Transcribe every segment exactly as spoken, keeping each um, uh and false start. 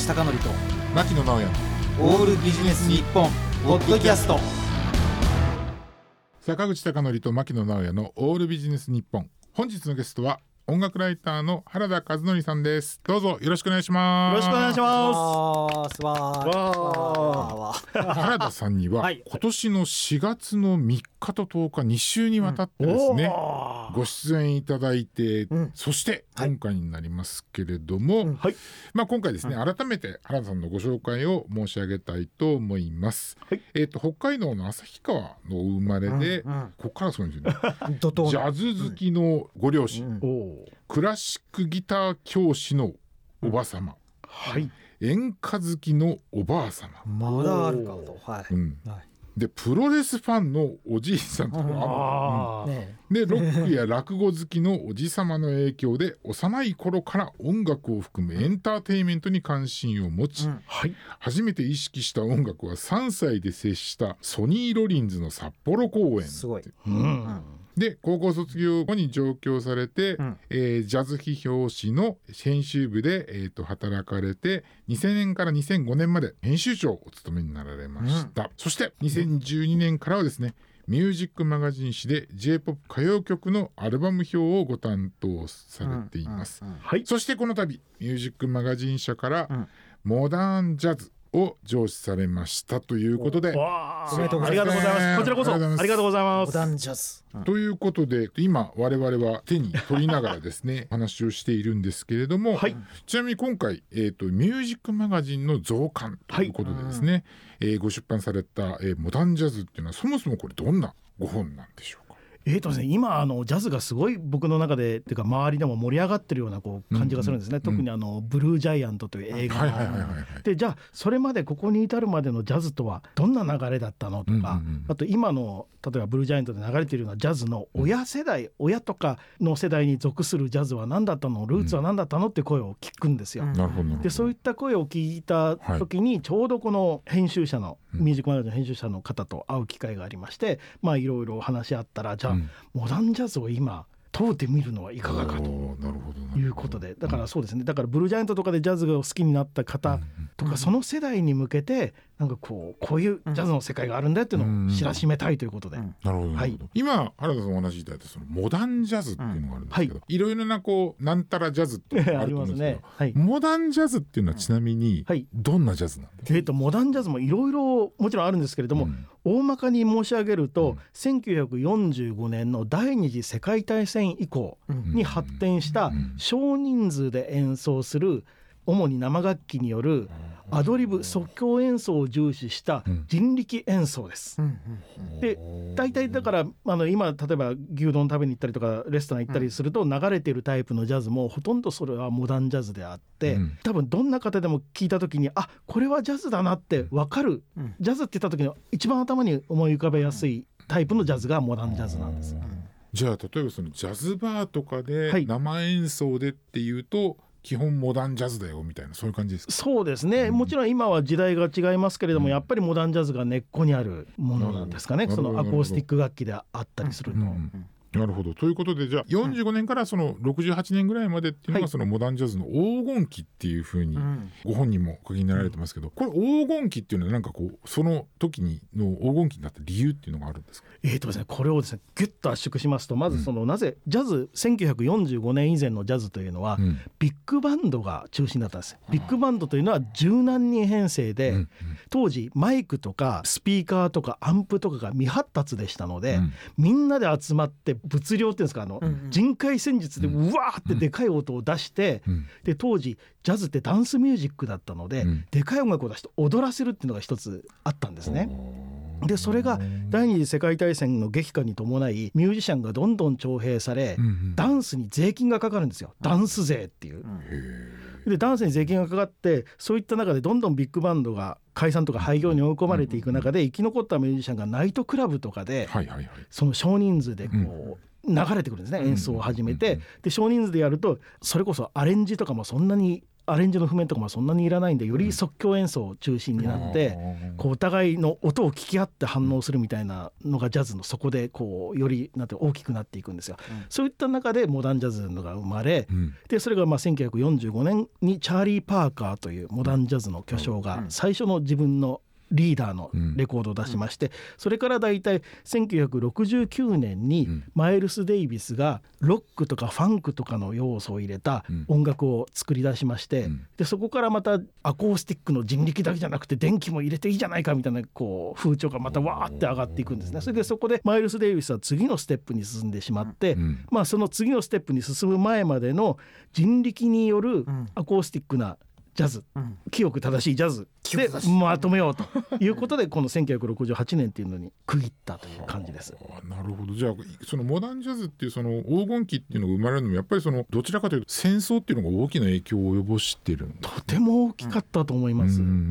口貴教と牧野直哉オールビジネス日本ポッドキャスト。 坂口貴教と牧野直哉のオールビジネス日本。本日のゲストは音楽ライターの原田和則さんです。どうぞよろしくお願いします。 よろしくお願いします。 わー原田さんには、はい、今年のしがつのみっかととおかに週にわたってですね、うん、ご出演いただいて、うん、そして今回になりますけれども、はい、まあ、今回ですね、うん、改めて原田さんのご紹介を申し上げたいと思います、はい、えーと、北海道の旭川のお生まれで、うんうん、ここからそうですねジャズ好きのご両親、うんうん、クラシックギター教師のおばさま、うん、はい、演歌好きのおばあさま、 まだあるかと、はい、うん、はい、 でプロレスファンのおじいさんとかある、うんね、でロックや落語好きのおじさまの影響で幼い頃から音楽を含むエンターテインメントに関心を持ち、うんはい、初めて意識した音楽はさんさいで接したソニー・ロリンズの札幌公演。 すごい、 うんうん、で高校卒業後に上京されて、うん、えー、ジャズ批評誌の編集部で、えー、と働かれてにせんねんからにせんごねんまで編集長をお務めになられました、うん、そしてにせんじゅうにねんからはですね、ミュージックマガジン誌で J-ポップ 歌謡曲のアルバム表をご担当されています、うんうんうん、はい、そしてこの度ミュージックマガジン社から、うん、モダンジャズを上司されましたということで、 わありがとうございます。こちらこそありがとうございます。 モダンジャズ、 うん、ということで今我々は手に取りながらですね話をしているんですけれども、はい、ちなみに今回、えーと、ミュージックマガジンの増刊ということでですね、はい、えー、ご出版された、えー、モダンジャズっていうのはそもそもこれどんなご本なんでしょうか。 えーとですね、今あのジャズがすごい僕の中でっていうか周りでも盛り上がってるようなこう感じがするんですね、うんうん、特にあのブルージャイアントという映画、はいはいはいはい、でじゃあそれまでここに至るまでのジャズとはどんな流れだったのとか、うんうんうん、あと今の例えばブルージャイアントで流れているようなジャズの親世代、うん、親とかの世代に属するジャズは何だったの、ルーツは何だったのって声を聞くんですよ、うん、でそういった声を聞いた時にちょうどこの編集者の、はい、ミュージックマガジンの編集者の方と会う機会がありまして、まあいろいろ話し合ったらじゃあ、うん、モダンジャズを今問うてみるのはいかがかということで、だからそうですね、だからブルージャイアントとかでジャズが好きになった方とかその世代に向けてなんかこうこういうジャズの世界があるんだっていうのを知らしめたいということで、うんうん、なるほど、はい、 今原田さんお話しいただいたそのモダンジャズっていうのがあるんですけど、うん、はい、いろいろなこうなんたらジャズっていうのがあると思うんですけど、ね、はい、モダンジャズっていうのはちなみにどんなジャズなんですか。 えーと、モダンジャズもいろいろもちろんあるんですけれども、うん、大まかに申し上げると、うん、せんきゅうひゃくよんじゅうごねんの第二次世界大戦以降に発展した少人数で演奏する主に生楽器によるアドリブ即興演奏を重視した人力演奏です、うん、で大体だからあの今例えば牛丼食べに行ったりとかレストラン行ったりすると流れているタイプのジャズもほとんどそれはモダンジャズであって、うん、多分どんな方でも聞いた時にあこれはジャズだなって分かる、うん、ジャズって言った時に一番頭に思い浮かべやすいタイプのジャズがモダンジャズなんです、うん、 じゃあ例えばそのジャズバーとかで生演奏でっていうと、はい、基本モダンジャズだよみたいなそういう感じですか。 そうですね、うん、もちろん今は時代が違いますけれども、うん、やっぱりモダンジャズが根っこにあるものなんですかね、そのアコースティック楽器であったりすると、うんうん、 なるほど。ということでじゃあよんじゅうごねんからそのろくじゅうはちねんぐらいまでっていうのがそのモダンジャズの黄金期っていうふうにご本人もお書きになられてますけど、これ黄金期っていうのはなんかこうその時にの黄金期になった理由っていうのがあるんですか。 えーとですね、これをですねギュッと圧縮しますとまずその、うん、なぜジャズせんきゅうひゃくよんじゅうごねん以前のジャズというのは、うん、ビッグバンドが中心だったんです。ビッグバンドというのは十何人編成で、うんうん、当時マイクとかスピーカーとかアンプとかが未発達でしたので、うん、みんなで集まって物量っていうんですかあの、うんうん、人海戦術でうわーってでかい音を出して、うん、で当時ジャズってダンスミュージックだったので、うん、でかい音楽を出して踊らせるっていうのが一つあったんですね。でそれが第二次世界大戦の激化に伴いミュージシャンがどんどん徴兵され、うんうん、ダンスに税金がかかるんですよ。ダンス税っていう、うん、でダンスに税金がかかってそういった中でどんどんビッグバンドが解散とか廃業に追い込まれていく中で生き残ったミュージシャンがナイトクラブとかで、はいはいはい、その少人数でこう、うん流れてくるんですね。演奏を始めて、で少人数でやるとそれこそアレンジとかもそんなにアレンジの譜面とかもそんなにいらないんで、より即興演奏を中心になって、うん、こうお互いの音を聞き合って反応するみたいなのがジャズのそこでこうよりなんて大きくなっていくんですよ、うん、そういった中でモダンジャズのが生まれ、うん、でそれがまあせんきゅうひゃくよんじゅうごねんにチャーリー・パーカーというモダンジャズの巨匠が最初の自分のリーダーのレコードを出しまして、うん、それからだいたいせんきゅうひゃくろくじゅうきゅうねんにマイルス・デイビスがロックとかファンクとかの要素を入れた音楽を作り出しまして、うん、でそこからまたアコースティックの人力だけじゃなくて電気も入れていいじゃないかみたいなこう風潮がまたわーって上がっていくんですね。それでそこでマイルス・デイビスは次のステップに進んでしまって、うん、まあその次のステップに進む前までの人力によるアコースティックなジャズ、うん、清く正しいジャズでまとめようということでこのせんきゅうひゃくろくじゅうはちねんっていうのに区切ったという感じです。 なるほど。じゃあそのモダンジャズっていうその黄金期っていうのが生まれるのもやっぱりそのどちらかというと戦争っていうのが大きな影響を及ぼしてるんです、ね、とても大きかったと思います、うんうんうん、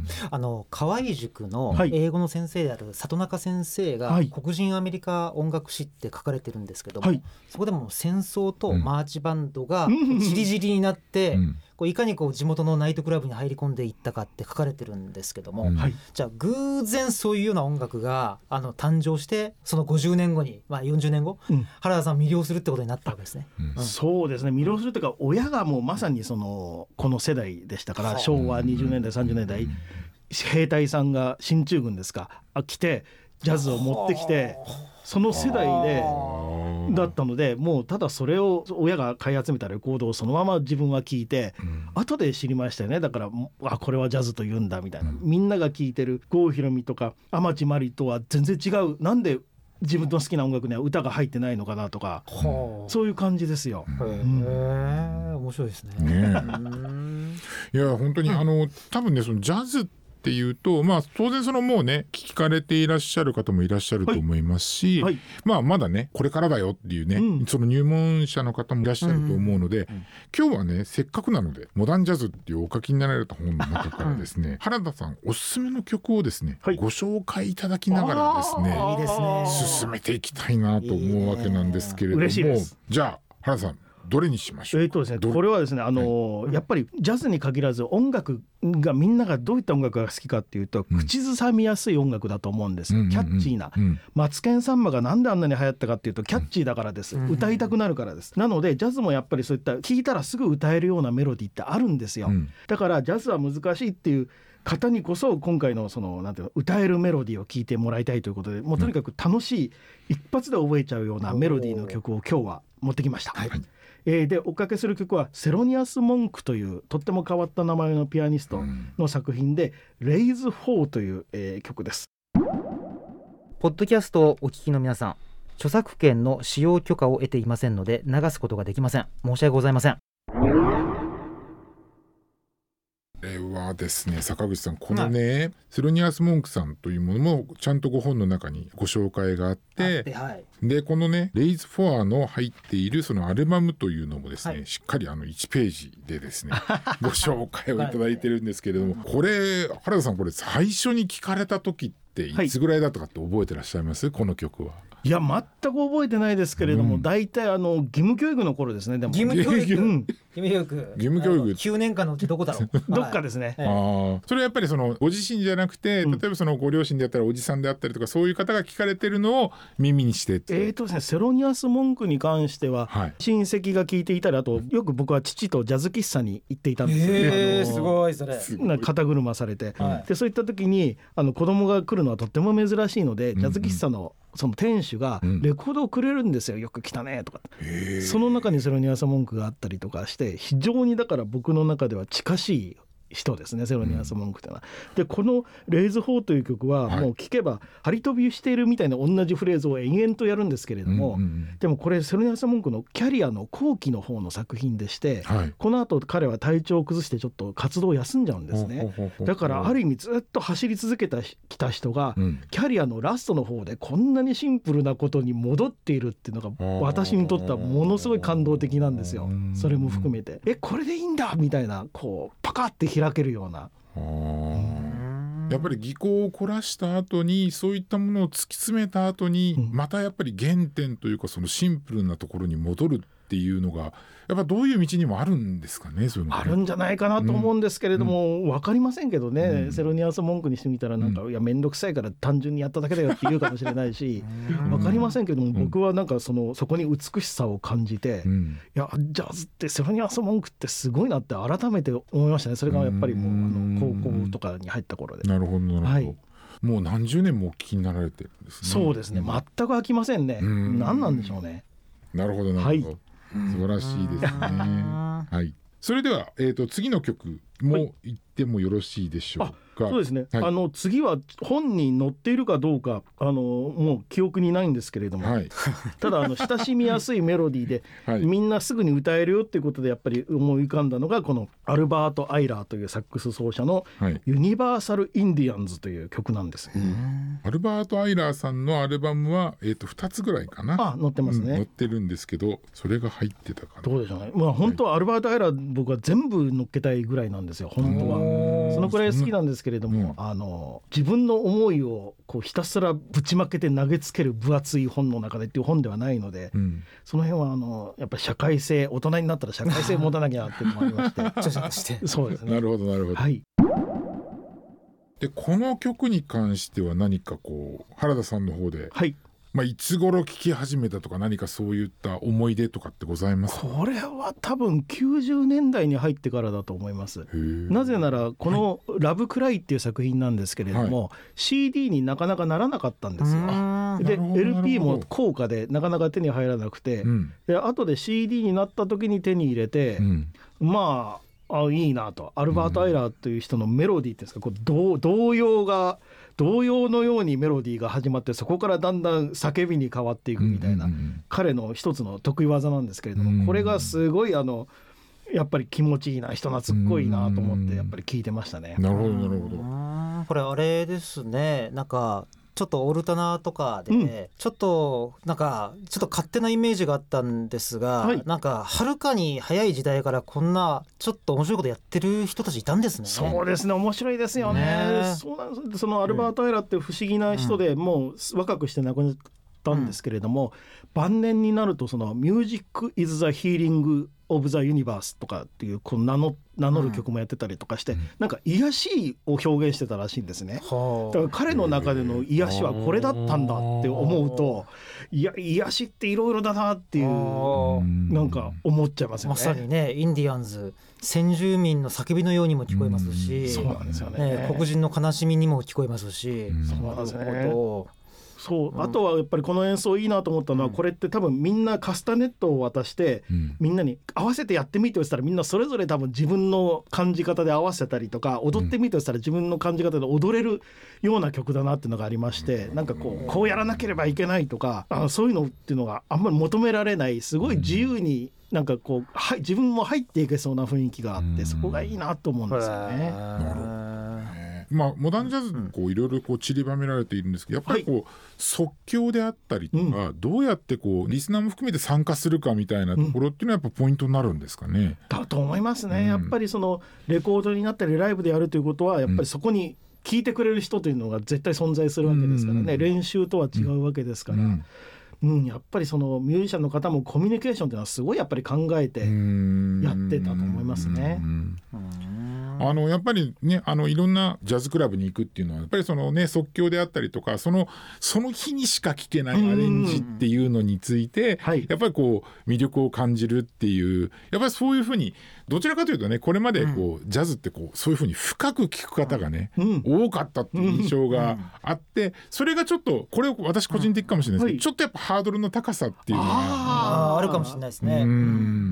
あの河合塾の英語の先生である里中先生が、はい、黒人アメリカ音楽史って書かれてるんですけども、はい、そこでも戦争とマーチバンドがじりじりになって、うん、こういかにこう地元のナイトクラブに入り込んでいったかって書かれてるんですけども、うん、じゃあ偶然そういうような音楽があの誕生してそのごじゅうねんごに、まあ、よんじゅうねんご、うん、原田さんを魅了するってことになったわけですね、うんうん、 そうですね。魅了するというか親がもうまさにそのこの世代でしたから、しょうわにじゅうねんだいさんじゅうねんだい、うん、兵隊さんが進駐軍ですか来てジャズを持ってきてその世代でだったので、もうただそれを親が買い集めたレコードをそのまま自分は聴いて、うん、後で知りましたよね。だからあこれはジャズと言うんだみたいな、うん、みんなが聴いてる郷ひろみとか天地真理とは全然違う、なんで自分の好きな音楽には歌が入ってないのかなとか、うん、そういう感じですよ、 へえ、面白いですね。 ねいや本当にあの多分ねそのジャズっていうと、まあ、当然そのもうね聞かれていらっしゃる方もいらっしゃると思いますし、はいはい、まあ、まだねこれからだよっていうね、うん、その入門者の方もいらっしゃると思うので、うんうん、今日はねせっかくなのでモダンジャズっていうお書きになられた本の中からですね、うん、原田さんおすすめの曲をですね、はい、ご紹介いただきながらですね、 いいですね、 進めていきたいなと思うわけなんですけれども、 嬉しいです。 じゃあ原田さんどれにしましょうか。 えーとですね、これはですね、あのーはい、やっぱりジャズに限らず音楽がみんながどういった音楽が好きかっていうと、うん、口ずさみやすい音楽だと思うんですよ、うんうんうん、キャッチーな、うん、マツケンサンバがなんであんなに流行ったかっていうとキャッチーだからです、うん、歌いたくなるからです。なのでジャズもやっぱりそういった聴いたらすぐ歌えるようなメロディーってあるんですよ、うん、だからジャズは難しいっていう方にこそ今回のそのなんていうの歌えるメロディーを聴いてもらいたいということで、もうとにかく楽しい、うん、一発で覚えちゃうようなメロディーの曲を今日は持ってきました、はい。えー、でおかけする曲はセロニアス・モンクというとっても変わった名前のピアニストの作品で、うん、レイズ・フォーという、えー、曲です。 ポッドキャストをお聞きの皆さん、著作権の使用許可を得ていませんので流すことができません。申し訳ございません。 これはですね、坂口さんこのね、はい、セロニアス・モンクさんというものもちゃんとご本の中にご紹介があって、あって、はい、でこのねレイズ・フォアの入っているそのアルバムというのもですね、はい、しっかりあのいちページでですねご紹介をいただいてるんですけれども、これ原田さんこれ最初に聞かれた時っていつぐらいだったかって覚えてらっしゃいます、はい、この曲は。 いや全く覚えてないですけれども、大体、うん、あの義務教育の頃ですね。でも義務教育、うん、義務教育義務教育きゅうねんかんのうちどこだろうどっかですね、 はい、あそれはやっぱりそのご自身じゃなくて、例えばそのご両親であったりおじさんであったりとか、そういう方が聞かれてるのを耳にしてって、 えーとですね、セロニアス・モンクに関しては、はい、親戚が聞いていたり、あとよく僕は父とジャズ喫茶に行っていたんですよ、 えー、すごいそれ肩車されて、はい、でそういった時にあの子供が来るのはとっても珍しいので、ジャズ喫茶のその店主がレコードをくれるんですよ、うん、よく来たねとか。その中にセロニアス・モンクがあったりとかして、非常にだから僕の中では近しい人ですね、セロニアス・モンクというのは、うん、でこのレイズ・フォーという曲はもう聴けば張り飛びしているみたいな同じフレーズを延々とやるんですけれども、うんうん、でもこれセロニアス・モンクのキャリアの後期の方の作品でして、はい、この後彼は体調を崩してちょっと活動を休んじゃうんですね。だからある意味ずっと走り続けてきた人が、うん、キャリアのラストの方でこんなにシンプルなことに戻っているっていうのが私にとってはものすごい感動的なんですよ。それも含めてえこれでいいんだみたいな、こうパカッて開けるような、 あやっぱり技巧を凝らした後にそういったものを突き詰めた後に、うん、またやっぱり原点というかそのシンプルなところに戻るっっていうのがやっぱどういう道にもあるんですかね。そういうのねあるんじゃないかなと思うんですけれども、うん、分かりませんけどね、うん、セロニアス文句にしてみたらなんか、うん、いや面倒くさいから単純にやっただけだよって言うかもしれないし分かりませんけども、うん、僕はなんか そのそこに美しさを感じて、うん、いやジャズってセロニアス文句ってすごいなって改めて思いましたね。それがやっぱりもう、うん、あの高校とかに入った頃で。 なるほどなるほど、はい、もう何十年もお聞きになられてるんですね。 そうですね、全く飽きませんね。ん何なんでしょうね。 なるほどなるほど、はい、素晴らしいですね。はい、それでは、えーと、次の曲も言ってもよろしいでしょうか。 そうですね、 はい、 あの次は本に載っているかどうかあのもう記憶にないんですけれども、はい、ただあの親しみやすいメロディーで、はい、みんなすぐに歌えるよっていうことでやっぱり思い浮かんだのがこのアルバート・アイラーというサックス奏者のユニバーサル・インディアンズという曲なんです、はい、 アルバート・アイラーさんのアルバムは、えー、とふたつぐらいかな。 あ載ってますね、うん、 載ってるんですけどそれが入ってたかな。 どうでしょうね、まあ、本当はアルバート・アイラー僕は全部載っけたいぐらいなんですよ本当は。そのくらい好きなんですけれども、うん、あの自分の思いをこうひたすらぶちまけて投げつける分厚い本の中でっていう本ではないので、うん、その辺はあのやっぱり社会性大人になったら社会性持たなきゃなっていうのもありまして著者としてそうですね。 なるほどなるほど、はい、でこの曲に関しては何かこう原田さんの方で、はいまあ、いつ頃聴き始めたとか何かそういった思い出とかってございますか。 これは多分きゅうじゅうねんだいに入ってからだと思います。なぜならこのラブクライっていう作品なんですけれども、はい、シーディー になかなかならなかったんですよ。で エルピー も高価でなかなか手に入らなくて、うん、で後で シーディー になった時に手に入れて、うん、まああいいなと。アルバート・アイラーという人のメロディーっていうんですか、こう童童謡が童謡のようにメロディーが始まってそこからだんだん叫びに変わっていくみたいな、うんうんうん、彼の一つの得意技なんですけれども、うんうん、これがすごいあのやっぱり気持ちいいな人懐っこいなと思ってやっぱり聞いてましたね。 なるほどなるほど。 これあれですね、なんかちょっとオルタナとかで、うん、ちょっとなんかちょっと勝手なイメージがあったんですが、はい、なんかはるかに早い時代からこんなちょっと面白いことやってる人たちいたんですね。 そうですね、面白いですよ ね, ねそうなんです。そのアルバート・アイラーって不思議な人で、うん、もう若くして亡くなったんですけれども、うん、晩年になるとそのミュージック・イズ・ザ・ヒーリング・オブ・ザ・ユニバースとかっていうこう 名, の名乗る曲もやってたりとかして、うん、なんか癒しを表現してたらしいんですね。だから彼の中での癒しはこれだったんだって思うと、いや癒しっていろいろだなっていうなんか思っちゃいますよね。 まさにね、インディアンズ先住民の叫びのようにも聞こえますし、 そうなんですよね、 ね、黒人の悲しみにも聞こえますし、 そうなんですね。そう、あとはやっぱりこの演奏いいなと思ったのは、うん、これって多分みんなカスタネットを渡して、うん、みんなに合わせてやってみてと言ったらみんなそれぞれ多分自分の感じ方で合わせたりとか、踊ってみてと言ったら自分の感じ方で踊れるような曲だなっていうのがありまして、うん、なんかこうこうやらなければいけないとか、あのそういうのっていうのがあんまり求められない、すごい自由になんかこう、はい、自分も入っていけそうな雰囲気があって、そこがいいなと思うんですよね。 なるほど。まあ、モダンジャズこういろいろこう散りばめられているんですけど、やっぱりこう、はい、即興であったりとか、うん、どうやってこうリスナーも含めて参加するかみたいなところっていうのはやっぱポイントになるんですかね。 だと思いますね、うん、やっぱりそのレコードになったりライブでやるということはやっぱりそこに聴いてくれる人というのが絶対存在するわけですからね、うん、練習とは違うわけですから、うんうん、やっぱりそのミュージシャンの方もコミュニケーションというのはすごいやっぱり考えてやってたと思いますね。うんあのやっぱりね、あのいろんなジャズクラブに行くっていうのはやっぱりそのね即興であったりとか、そのその日にしか聴けないアレンジっていうのについてやっぱりこう魅力を感じるっていう、やっぱりそういうふうにどちらかというとね、これまでこうジャズってこうそういうふうに深く聴く方がね、うん、多かったっていう印象があって、それがちょっとこれ私個人的かもしれないですけど、うん、ちょっとやっぱハードルの高さっていうのがあ, あるかもしれないですね。 うん、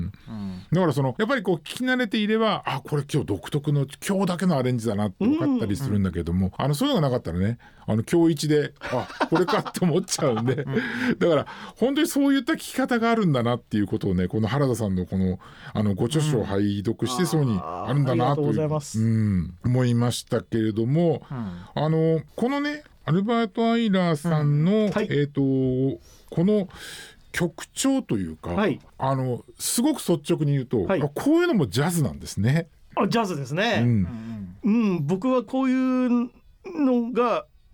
うん、だからそのやっぱりこう聞き慣れていれば、あこれ今日独特の今日だけのアレンジだなって分かったりするんだけども、うん、あのそういうのがなかったらね、あの今日一であこれかって思っちゃうんでだから本当にそういった聞き方があるんだなっていうことをね、この原田さんのこのあのご著書を拝読してそうにあるんだなという、うん、思いましたけれども、うん、あのこのねアルバート・アイラーさんの、うんはい、えーとこの曲調というか、はい、あのすごく率直に言うと、はい、こういうのもジャズなんですね。 あジャズですね、うんうん、僕はこういうのが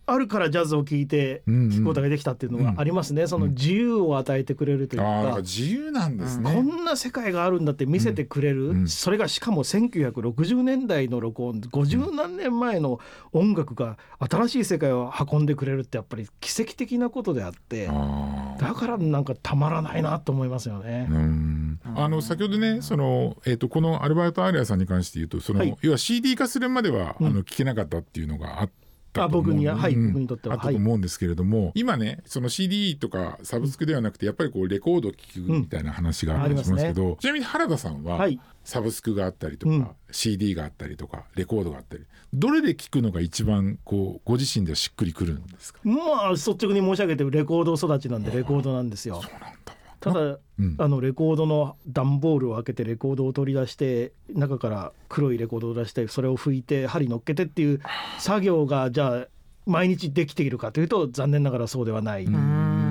あるからジャズを聴いて聴くことができたっていうのがありますね、うんうん、その自由を与えてくれるというか、 あ自由なんですね、 こんな世界があるんだって見せてくれる、うんうん、それがしかもせんきゅうひゃくろくじゅうねんだいの録音、ごじゅうなんねんまえの音楽が新しい世界を運んでくれるってやっぱり奇跡的なことであって、あだからなんかたまらないなと思いますよね。 うんあの先ほどねその、えー、とこのアルバート・アイラーさんに関して言うとその、はい、要は シーディー 化するまでは、うん、あの聞けなかったっていうのがあってあ僕には、はい、僕にとってはあったと思うんですけれども、はい、今ねその シーディー とかサブスクではなくてやっぱりこうレコード聴くみたいな話がありますけど、うんね、ちなみに原田さんは、はい、サブスクがあったりとか、うん、シーディー があったりとかレコードがあったりどれで聴くのが一番こうご自身ではしっくりくるんですか？ まあ率直に申し上げてレコード育ちなんでレコードなんですよ。 そうなんだ。 ただ、うん、あのレコードの段ボールを開けてレコードを取り出して中から黒いレコードを出してそれを拭いて針乗っけてっていう作業がじゃあ毎日できているかというと残念ながらそうではない。うー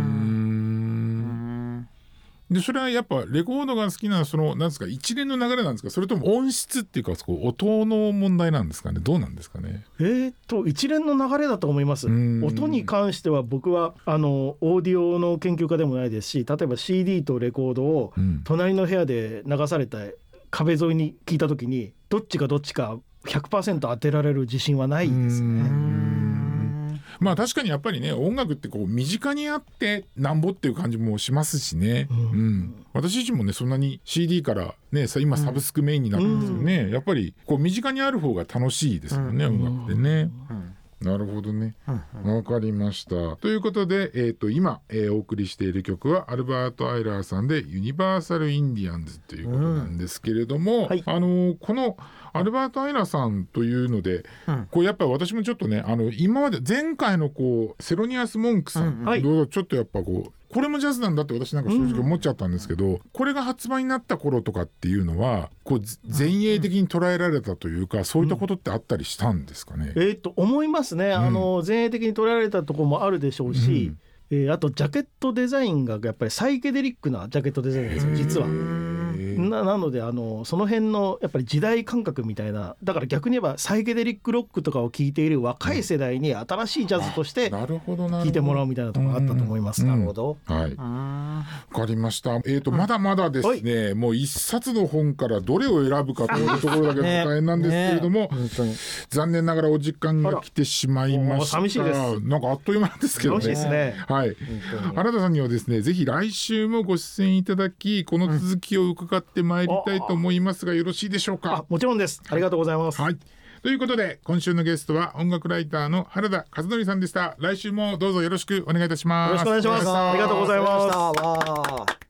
んでそれはやっぱレコードが好きなそのなんですか一連の流れなんですか、それとも音質っていうかそこ音の問題なんですかね、どうなんですかね。 えー、と一連の流れだと思います。音に関しては僕はあのオーディオの研究家でもないですし、例えば シーディー とレコードを隣の部屋で流された壁沿いに聞いた時にどっちがどっちか ひゃくパーセント 当てられる自信はないですね。 まあ確かにやっぱりね音楽ってこう身近にあってなんぼっていう感じもしますしね、うんうん、私自身もねそんなに シーディー からね今サブスクメインになってますよね、うん、やっぱりこう身近にある方が楽しいですよね、うん、音楽ってね、うんなるほどね、わかりました。ということで、えー、と今、えー、お送りしている曲はアルバート・アイラーさんでユニバーサル・インディアンズということなんですけれども、うんはい、あのー、このアルバート・アイラーさんというので、うん、こうやっぱり私もちょっとねあの今まで前回のこうセロニアス・モンクさん、うんはい、どうぞちょっとやっぱこうこれもジャズなんだって私なんか正直思っちゃったんですけど、うん、これが発売になった頃とかっていうのはこう前衛的に捉えられたというか、うん、そういったことってあったりしたんですかね。 えー、と思いますね、うん、あの前衛的に捉えられたところもあるでしょうし、うんえー、あとジャケットデザインがやっぱりサイケデリックなジャケットデザインですよ実は。な, なのであのその辺のやっぱり時代感覚みたいな、だから逆に言えばサイケデリックロックとかを聴いている若い世代に新しいジャズとして聴いてもらうみたいなところがあったと思います。 なるほど、 はい、わかりました。えーと、まだまだですね、うん、もう一冊の本からどれを選ぶかというところだけ大変なんですけれども、ねね、残念ながらお時間が来てしまいました。 寂しいです。 なんかあっという間なんですけどね。 楽しいですね。 はい、原田さんにはですねぜひ来週もご出演いただきこの続きを伺ってまいりたいと思いますが、よろしいでしょうか。 あもちろんです。ありがとうございます、 はい、ということで今週のゲストは音楽ライターの原田和則さんでした。来週もどうぞよろしくお願いいたします。 よろしくお願いします。ありがとうございます。